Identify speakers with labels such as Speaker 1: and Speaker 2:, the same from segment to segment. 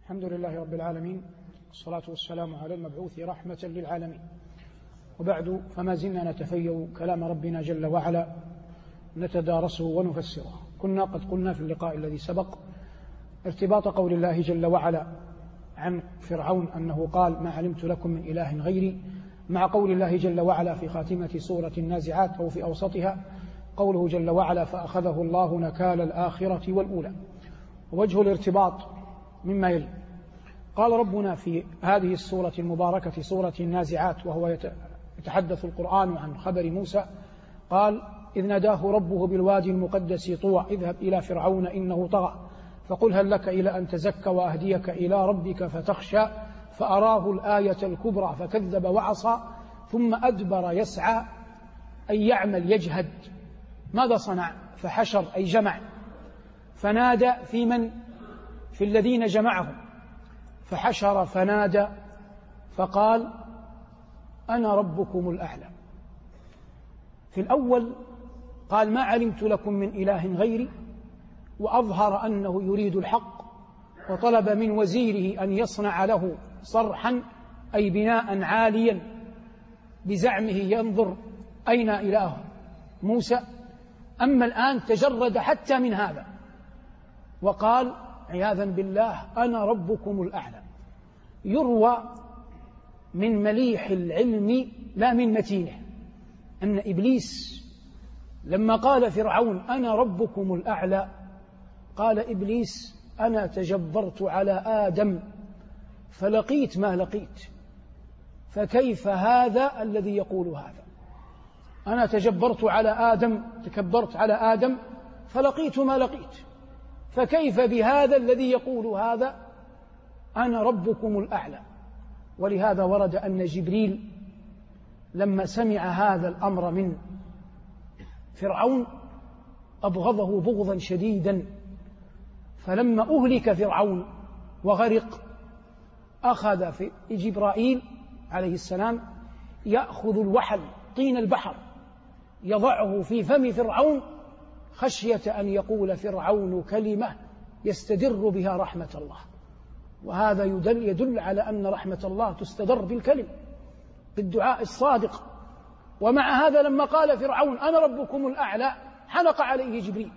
Speaker 1: الحمد لله رب العالمين، والصلاة والسلام على المبعوث رحمة للعالمين. وبعد، فما زلنا نتفيأ كلام ربنا جل وعلا، نتدارسه ونفسره. كنا قد قلنا في اللقاء الذي سبق ارتباط قول الله جل وعلا عن فرعون أنه قال: ما علمت لكم من إله غيري، مع قول الله جل وعلا في خاتمة سورة النازعات أو في أوسطها قوله جل وعلا: فأخذه الله نكال الآخرة والأولى. ووجه الارتباط مما يلي: قال ربنا في هذه السورة المباركة سورة النازعات، وهو يتحدث القرآن عن خبر موسى، قال: إذ ناداه ربه بالوادي المقدس طوى اذهب إلى فرعون إنه طغى فقل هل لك إلى أن تزكى وأهديك إلى ربك فتخشى فأراه الآية الكبرى فكذب وعصى ثم أدبر يسعى، أي يعمل يجهد. ماذا صنع؟ فحشر أي جمع، فنادى في الذين جمعهم، فحشر فنادى فقال: أنا ربكم الأعلى. في الأول قال: ما علمت لكم من إله غيري، وأظهر أنه يريد الحق، وطلب من وزيره أن يصنع له صرحا أي بناء عاليا بزعمه ينظر أين إله موسى. أما الآن تجرد حتى من هذا وقال عياذا بالله: أنا ربكم الأعلى. يروى من مليح العلم لا من متينه أن إبليس لما قال فرعون: أنا ربكم الأعلى، قال إبليس: أنا تجبرت على آدم فلقيت ما لقيت، فكيف هذا الذي يقول هذا؟ أنا تكبرت على آدم فلقيت ما لقيت، فكيف بهذا الذي يقول هذا؟ أنا ربكم الأعلى. ولهذا ورد أن جبريل لما سمع هذا الأمر من فرعون أبغضه بغضا شديدا، فلما أهلك فرعون وغرق أخذ في جبرائيل عليه السلام يأخذ الوحل طين البحر يضعه في فم فرعون خشية أن يقول فرعون كلمة يستدر بها رحمة الله، وهذا يدل على أن رحمة الله تستدر بالكلم بالدعاء الصادق. ومع هذا لما قال فرعون: أنا ربكم الأعلى، حنق عليه جبريل،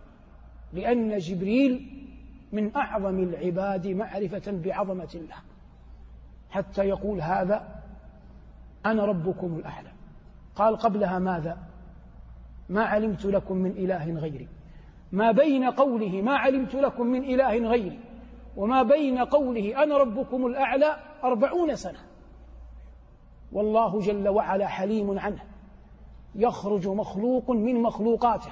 Speaker 1: لأن جبريل من أعظم العباد معرفة بعظمة الله، حتى يقول هذا: أنا ربكم الأعلى. قال قبلها ماذا؟ ما علمت لكم من إله غيري. ما بين قوله ما علمت لكم من إله غيري وما بين قوله أنا ربكم الأعلى 40 سنة، والله جل وعلا حليم عنه. يخرج مخلوق من مخلوقاته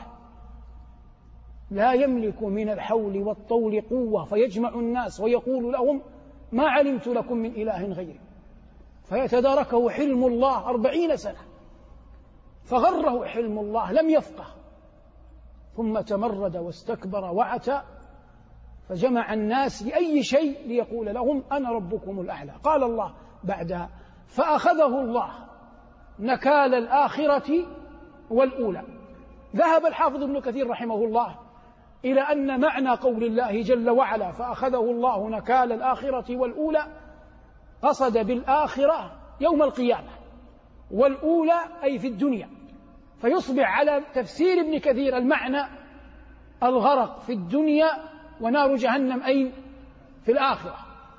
Speaker 1: لا يملك من الحول والطول قوة فيجمع الناس ويقول لهم: ما علمت لكم من إله غيري، فيتداركه حلم الله 40 سنة، فغره حلم الله لم يفقه، ثم تمرد واستكبر وعتى، فجمع الناس لأي شيء ليقول لهم: أنا ربكم الأعلى. قال الله بعدها: فأخذه الله نكال الآخرة والأولى. ذهب الحافظ ابن كثير رحمه الله إلى أن معنى قول الله جل وعلا: فأخذه الله نكال الآخرة والأولى، قصد بالآخرة يوم القيامة، والأولى أي في الدنيا، فيصبح على تفسير ابن كثير المعنى الغرق في الدنيا ونار جهنم أين؟ في الآخرة.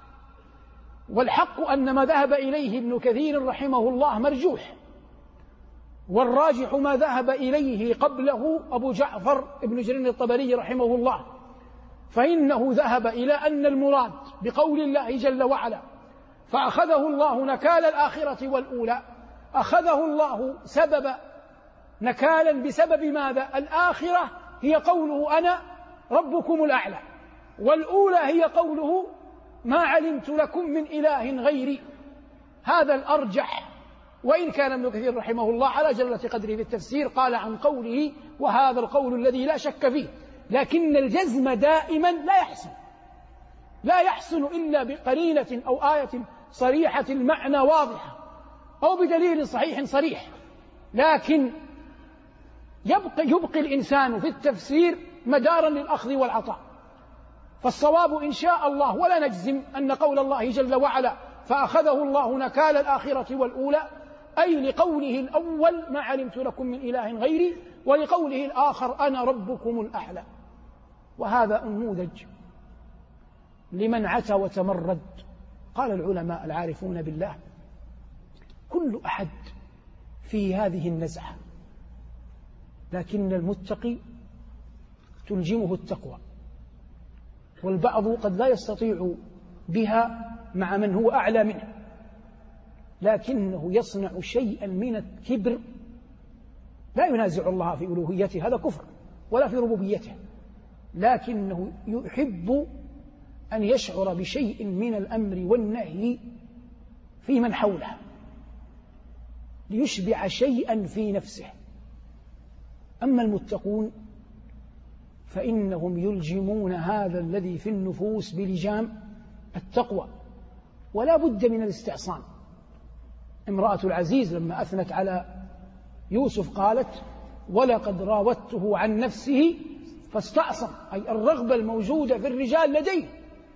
Speaker 1: والحق أن ما ذهب إليه ابن كثير رحمه الله مرجوح، والراجح ما ذهب إليه قبله أبو جعفر ابن جرير الطبري رحمه الله، فإنه ذهب إلى أن المراد بقول الله جل وعلا: فأخذه الله نكال الآخرة والأولى، أخذه الله نكالا بسبب ماذا؟ الآخرة هي قوله: أنا ربكم الأعلى، والأولى هي قوله: ما علمت لكم من إله غيري. هذا الأرجح، وإن كان ابن كثير رحمه الله على جلة قدره في التفسير قال عن قوله: وهذا القول الذي لا شك فيه، لكن الجزم دائما لا يحسن إلا بقرينة أو آية صريحة المعنى واضحة أو بدليل صحيح صريح. لكن يبقي الإنسان في التفسير مدارا للأخذ والعطاء، فالصواب إن شاء الله، ولا نجزم، أن قول الله جل وعلا فأخذه الله نكال الآخرة والأولى، أي لقوله الأول ما علمت لكم من إله غيري، ولقوله الآخر أنا ربكم الأعلى. وهذا نموذج لمن عتى وتمرد. قال العلماء العارفون بالله: كل أحد في هذه النزعة، لكن المتقي تلجمه التقوى، والبعض قد لا يستطيع بها مع من هو أعلى منه، لكنه يصنع شيئا من الكبر لا ينازع الله في ألوهيته، هذا كفر، ولا في ربوبيته، لكنه يحب أن يشعر بشيء من الأمر والنهي في من حوله ليشبع شيئا في نفسه. أما المتقون فإنهم يلجمون هذا الذي في النفوس بلجام التقوى، ولا بد من الاستعصام. امرأة العزيز لما أثنت على يوسف قالت: ولقد راودته عن نفسه فاستعصم، أي الرغبة الموجودة في الرجال لديه،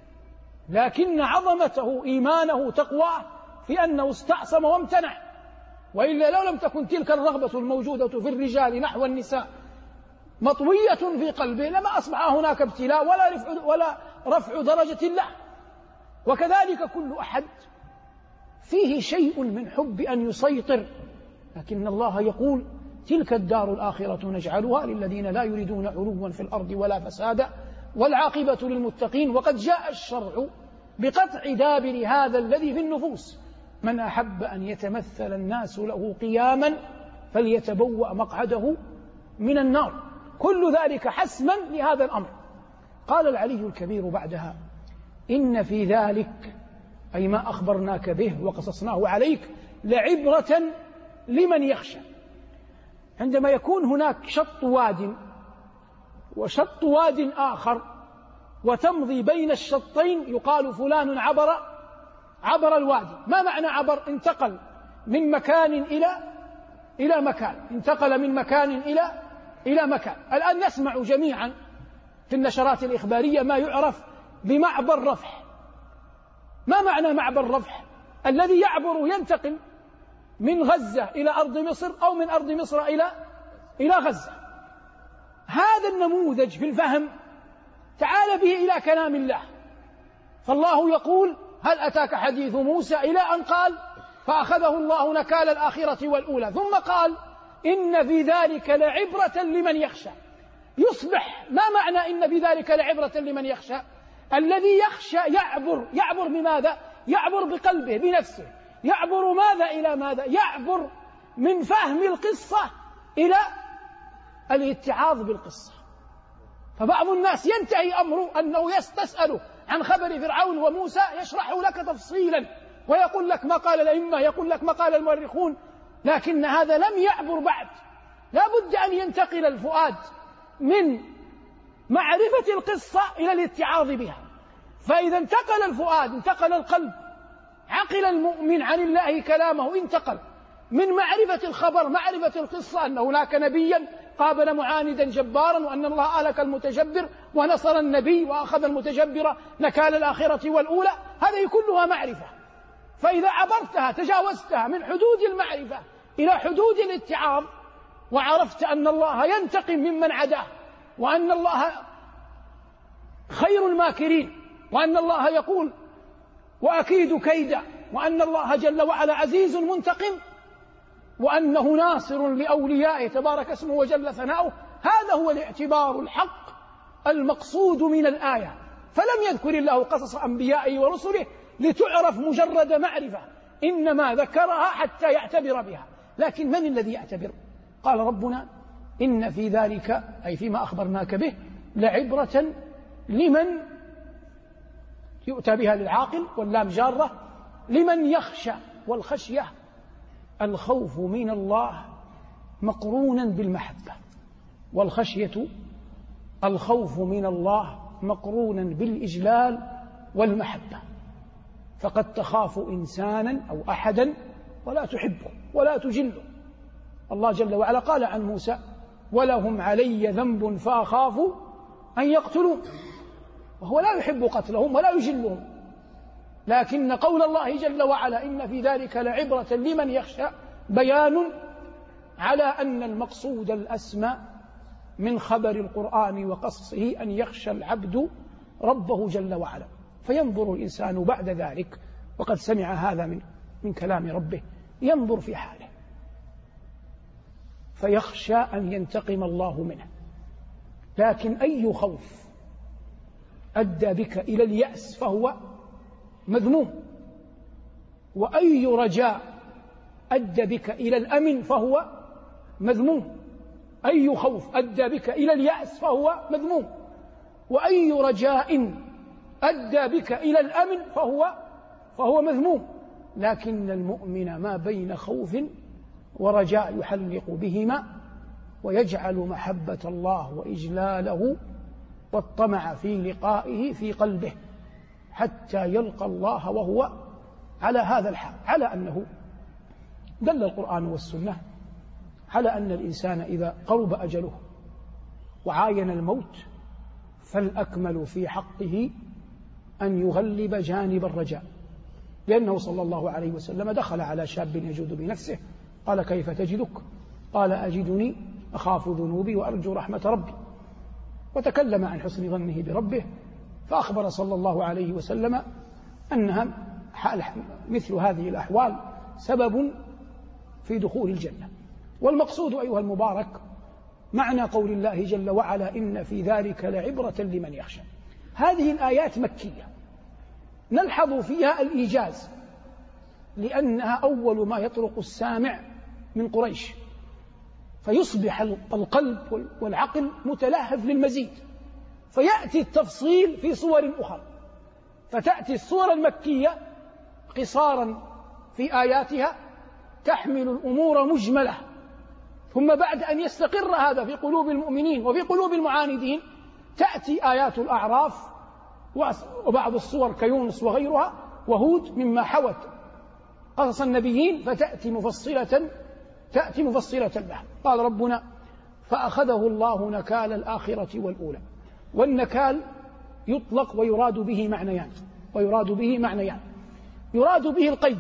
Speaker 1: لكن عظمته إيمانه تقواه في أنه استعصم وامتنع، وإلا لو لم تكن تلك الرغبة الموجودة في الرجال نحو النساء مطوية في قلبه لما أصبح هناك ابتلاء ولا رفع درجة له. وكذلك كل أحد فيه شيء من حب أن يسيطر، لكن الله يقول: تلك الدار الآخرة نجعلها للذين لا يريدون علوا في الأرض ولا فسادا والعاقبة للمتقين. وقد جاء الشرع بقطع دابر هذا الذي في النفوس: من أحب أن يتمثل الناس له قياما فليتبوأ مقعده من النار. كل ذلك حسما لهذا الأمر. قال العلي الكبير بعدها: إن في ذلك، أي ما أخبرناك به وقصصناه عليك، لعبرة لمن يخشى. عندما يكون هناك شط واد وشط واد آخر وتمضي بين الشطين يقال فلان عبر الوادي. ما معنى عبر؟ انتقل من مكان إلى مكان، انتقل من مكان إلى مكان. الآن نسمع جميعا في النشرات الإخبارية ما يعرف بمعبر رفح. ما معنى معبر رفح؟ الذي يعبر ينتقل من غزة إلى أرض مصر أو من أرض مصر إلى غزة. هذا النموذج في الفهم تعال به إلى كلام الله. فالله يقول: هل أتاك حديث موسى، إلى أن قال: فأخذه الله نكال الآخرة والأولى، ثم قال: إن في ذلك لعبرة لمن يخشى. يصبح ما معنى إن في ذلك لعبرة لمن يخشى؟ الذي يخشى يعبر بماذا؟ يعبر بقلبه بنفسه. يعبر ماذا إلى ماذا؟ يعبر من فهم القصة إلى الاتعاظ بالقصة. فبعض الناس ينتهي أمره أنه تسأله عن خبر فرعون وموسى يشرح لك تفصيلا ويقول لك ما قال الأئمة، يقول لك ما قال المؤرخون، لكن هذا لم يعبر بعد. لا بد أن ينتقل الفؤاد من معرفة القصة إلى الاتعاظ بها. فإذا انتقل الفؤاد، انتقل القلب، عقل المؤمن عن الله كلامه، انتقل من معرفة الخبر، معرفة القصة، أن هناك نبيا قابل معاندا جبارا، وأن الله أهلك المتجبر ونصر النبي وأخذ المتجبر نكال الآخرة والأولى، هذه كلها معرفة. فإذا عبرتها تجاوزتها من حدود المعرفة إلى حدود الاتعاظ، وعرفت أن الله ينتقم ممن عداه، وأن الله خير الماكرين، وأن الله يقول: وأكيد كيدا، وأن الله جل وعلا عزيز منتقم، وأنه ناصر لأوليائه تبارك اسمه وجل ثناؤه. هذا هو الاعتبار الحق المقصود من الآية. فلم يذكر الله قصص أنبيائه ورسله لتعرف مجرد معرفة، إنما ذكرها حتى يعتبر بها. لكن من الذي يعتبر؟ قال ربنا: إن في ذلك، أي فيما أخبرناك به، لعبرة لمن يؤتى بها للعاقل، واللام جارة، لمن يخشى. والخشية الخوف من الله مقرونا بالمحبة، والخشية الخوف من الله مقرونا بالإجلال والمحبة. فقد تخاف إنسانا أو أحدا ولا تحبه ولا تجله. الله جل وعلا قال عن موسى: ولهم علي ذنب فأخاف أن يقتلون. وهو لا يحب قتلهم ولا يجلهم، لكن قول الله جل وعلا إن في ذلك لعبرة لمن يخشى بيان على أن المقصود الأسمى من خبر القرآن وقصه أن يخشى العبد ربه جل وعلا، فينظر الإنسان بعد ذلك وقد سمع هذا من كلام ربه، ينظر في حاله فيخشى أن ينتقم الله منه. لكن أي خوف أدى بك إلى اليأس فهو مذموم، وأي رجاء أدى بك إلى الأمن فهو مذموم. أي خوف أدى بك إلى اليأس فهو مذموم، وأي رجاء أدى بك إلى الأمن فهو مذموم. لكن المؤمن ما بين خوف ورجاء يحلق بهما، ويجعل محبة الله وإجلاله والطمع في لقائه في قلبه حتى يلقى الله وهو على هذا الحال، على أنه دل القرآن والسنة على أن الإنسان إذا قرب أجله وعاين الموت فالأكمل في حقه أن يغلب جانب الرجاء، لأنه صلى الله عليه وسلم دخل على شاب يجود بنفسه قال كيف تجدك؟ قال أجدني أخاف ذنوبي وأرجو رحمة ربي، وتكلم عن حسن ظنه بربه، فأخبر صلى الله عليه وسلم أنها مثل هذه الأحوال سبب في دخول الجنة. والمقصود أيها المبارك معنى قول الله جل وعلا إن في ذلك لعبرة لمن يخشى. هذه الآيات مكية نلحظ فيها الإيجاز، لأنها أول ما يطرق السامع من قريش، فيصبح القلب والعقل متلهف للمزيد، فيأتي التفصيل في صور أخرى، فتأتي الصورة المكية قصارا في آياتها تحمل الأمور مجملة، ثم بعد أن يستقر هذا في قلوب المؤمنين وفي قلوب المعاندين تأتي آيات الأعراف وبعض الصور كيونس وغيرها وهود مما حوت قصص النبيين، فتأتي مفصلة لها. قال ربنا فأخذه الله نكال الآخرة والأولى. والنكال يطلق ويراد به معنيان، يراد به القيد،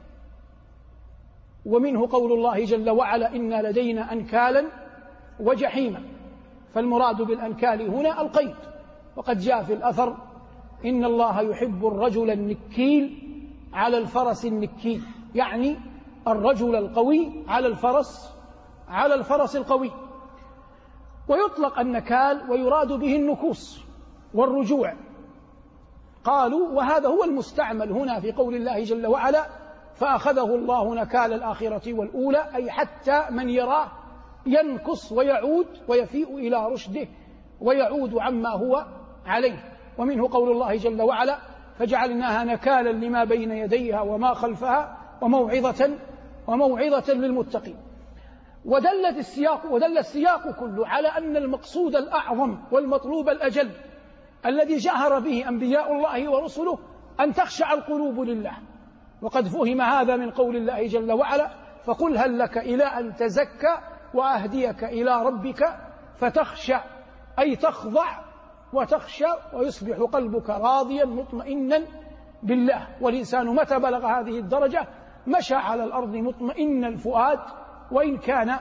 Speaker 1: ومنه قول الله جل وعلا إن لدينا أنكالا وجحيما، فالمراد بالأنكال هنا القيد. وقد جاء في الأثر إن الله يحب الرجل النكيل على الفرس النكيل، يعني الرجل القوي على الفرس القوي. ويطلق النكال ويراد به النكوص والرجوع. قالوا وهذا هو المستعمل هنا في قول الله جل وعلا فأخذه الله نكال الآخرة والأولى، أي حتى من يراه ينكص ويعود ويفيء إلى رشده ويعود عما هو عليه. ومنه قول الله جل وعلا فجعلناها نكالا لما بين يديها وما خلفها وموعظة للمتقين. ودل السياق كله على أن المقصود الأعظم والمطلوب الأجل الذي جاهر به أنبياء الله ورسله أن تخشع القلوب لله، وقد فهم هذا من قول الله جل وعلا فقل هل لك إلى أن تزكى وأهديك إلى ربك فتخشى، أي تخضع وتخشى ويصبح قلبك راضيا مطمئنا بالله. والإنسان متى بلغ هذه الدرجة مشى على الأرض مطمئن الفؤاد، وإن كان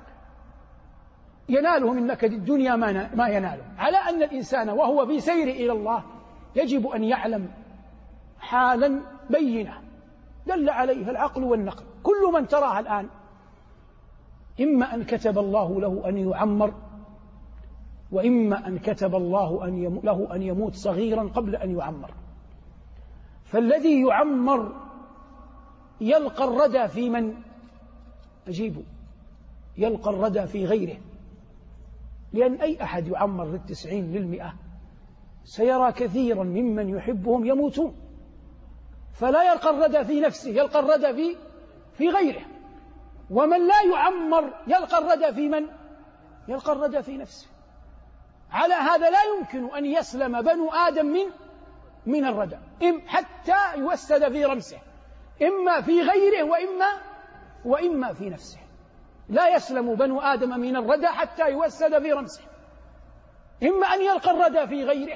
Speaker 1: يناله من نكد الدنيا ما يناله. على أن الإنسان وهو في سير إلى الله يجب أن يعلم حالا بينة دل عليها العقل والنقل. كل من تراها الآن إما أن كتب الله له أن يعمر، وإما أن كتب الله له أن يموت صغيرا قبل أن يعمر. فالذي يعمر يلقى الردى في من أجيبه، يلقى الردى في غيره، لأن أي أحد يعمر لل90 لل100 سيرى كثيرا ممن يحبهم يموتون، فلا يلقى الردى في نفسه، يلقى الردى في غيره. ومن لا يعمر يلقى الردى في من؟ يلقى الردى في نفسه. على هذا لا يمكن أن يسلم بنو آدم من الردى حتى يوسد في رمسه، إما في غيره وإما في نفسه. لا يسلم بنو آدم من الردى حتى يوسد في رمسه، إما أن يلقى الردى في غيره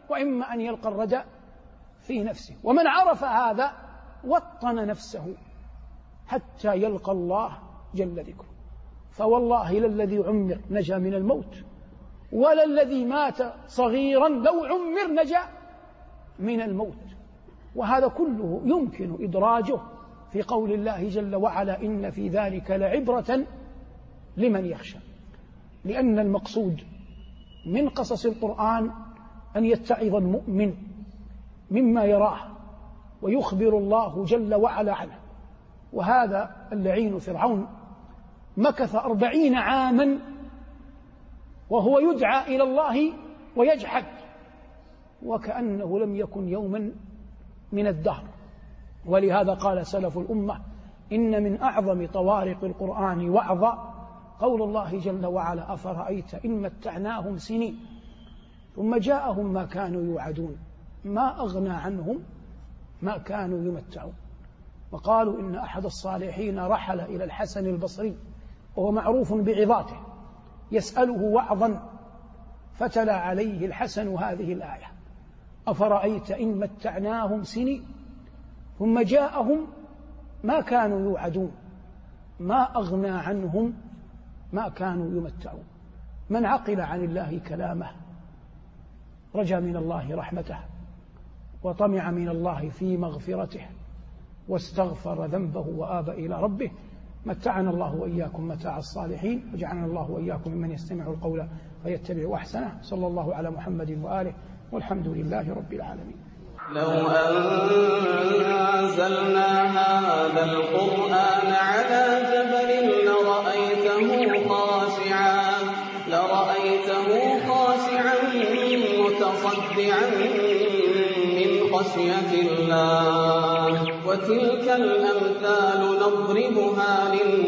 Speaker 1: وإما أن يلقى الردى في نفسه. ومن عرف هذا وطن نفسه حتى يلقى الله جل ذكره. فوالله للذي عمر نجا من الموت، ولا الذي مات صغيرا لو عمر نجا من الموت. وهذا كله يمكن إدراجه في قول الله جل وعلا: إن في ذلك لعبرة لمن يخشى. لأن المقصود من قصص القرآن أن يتعظ المؤمن مما يراه ويخبر الله جل وعلا عنه. وهذا اللعين فرعون مكث 40 عاما وهو يدعى إلى الله ويجحد، وكأنه لم يكن يوما من الدهر. ولهذا قال سلف الأمة: إن من أعظم طوارق القرآن وعظا قول الله جل وعلا: أفرأيت إن متعناهم سنين ثم جاءهم ما كانوا يوعدون ما أغنى عنهم ما كانوا يمتعون. وقالوا إن أحد الصالحين رحل إلى الحسن البصري وهو معروف بعظاته يسأله وعظا، فتلا عليه الحسن هذه الآية: أفرأيت إن متعناهم سنين ثم جاءهم ما كانوا يوعدون ما أغنى عنهم ما كانوا يمتعون. من عقل عن الله كلامه رجا من الله رحمته وطمع من الله في مغفرته واستغفر ذنبه وآب إلى ربه. متعنا الله وإياكم متاع الصالحين، وجعلنا الله وإياكم ممن يستمع القول فيتبع أحسنه. صلى الله على محمد وآله، والحمد لله رب العالمين.
Speaker 2: لو أنزلنا هذا القرآن على جبل لرأيته خاشعا متصدعا من خشية الله. وتلك الأمثال نضربها للناس